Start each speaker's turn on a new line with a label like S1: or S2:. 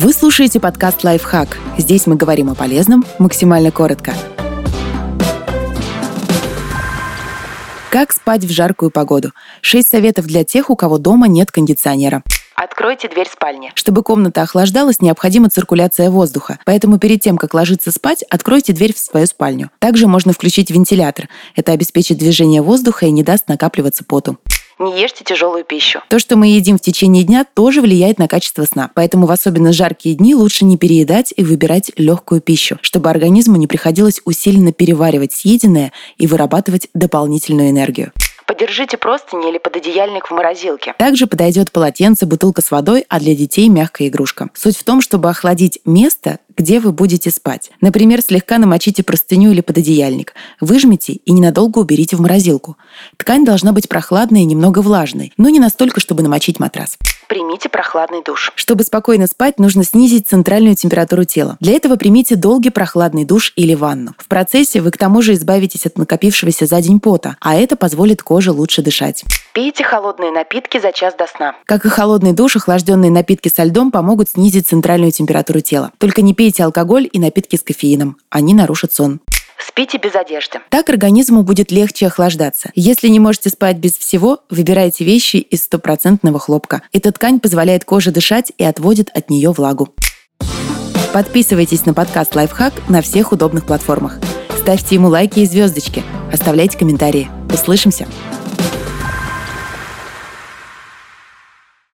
S1: Вы слушаете подкаст «Лайфхак». Здесь мы говорим о полезном максимально коротко. Как спать в жаркую погоду? 6 советов для тех, у кого дома нет кондиционера.
S2: Откройте дверь спальни.
S1: Чтобы комната охлаждалась, необходима циркуляция воздуха. Поэтому перед тем, как ложиться спать, откройте дверь в свою спальню. Также можно включить вентилятор. Это обеспечит движение воздуха и не даст накапливаться поту.
S2: Не ешьте тяжелую пищу.
S1: То, что мы едим в течение дня, тоже влияет на качество сна. Поэтому в особенно жаркие дни лучше не переедать и выбирать легкую пищу, чтобы организму не приходилось усиленно переваривать съеденное и вырабатывать дополнительную энергию.
S2: Подержите простыни или пододеяльник в морозилке.
S1: Также подойдет полотенце, бутылка с водой, а для детей мягкая игрушка. Суть в том, чтобы охладить место, где вы будете спать. Например, слегка намочите простыню или пододеяльник, выжмите и ненадолго уберите в морозилку. Ткань должна быть прохладной и немного влажной, но не настолько, чтобы намочить матрас.
S2: Примите прохладный душ.
S1: Чтобы спокойно спать, нужно снизить центральную температуру тела. Для этого примите долгий прохладный душ или ванну. В процессе вы к тому же избавитесь от накопившегося за день пота, а это позволит коже лучше дышать.
S2: Пейте холодные напитки за час до сна.
S1: Как и холодный душ, охлажденные напитки со льдом помогут снизить центральную температуру тела. Только не пейте алкоголь и напитки с кофеином. Они нарушат сон.
S2: Спите без одежды.
S1: Так организму будет легче охлаждаться. Если не можете спать без всего, выбирайте вещи из стопроцентного хлопка. Эта ткань позволяет коже дышать и отводит от нее влагу. Подписывайтесь на подкаст «Лайфхак» на всех удобных платформах. Ставьте ему лайки и звездочки. Оставляйте комментарии. Услышимся!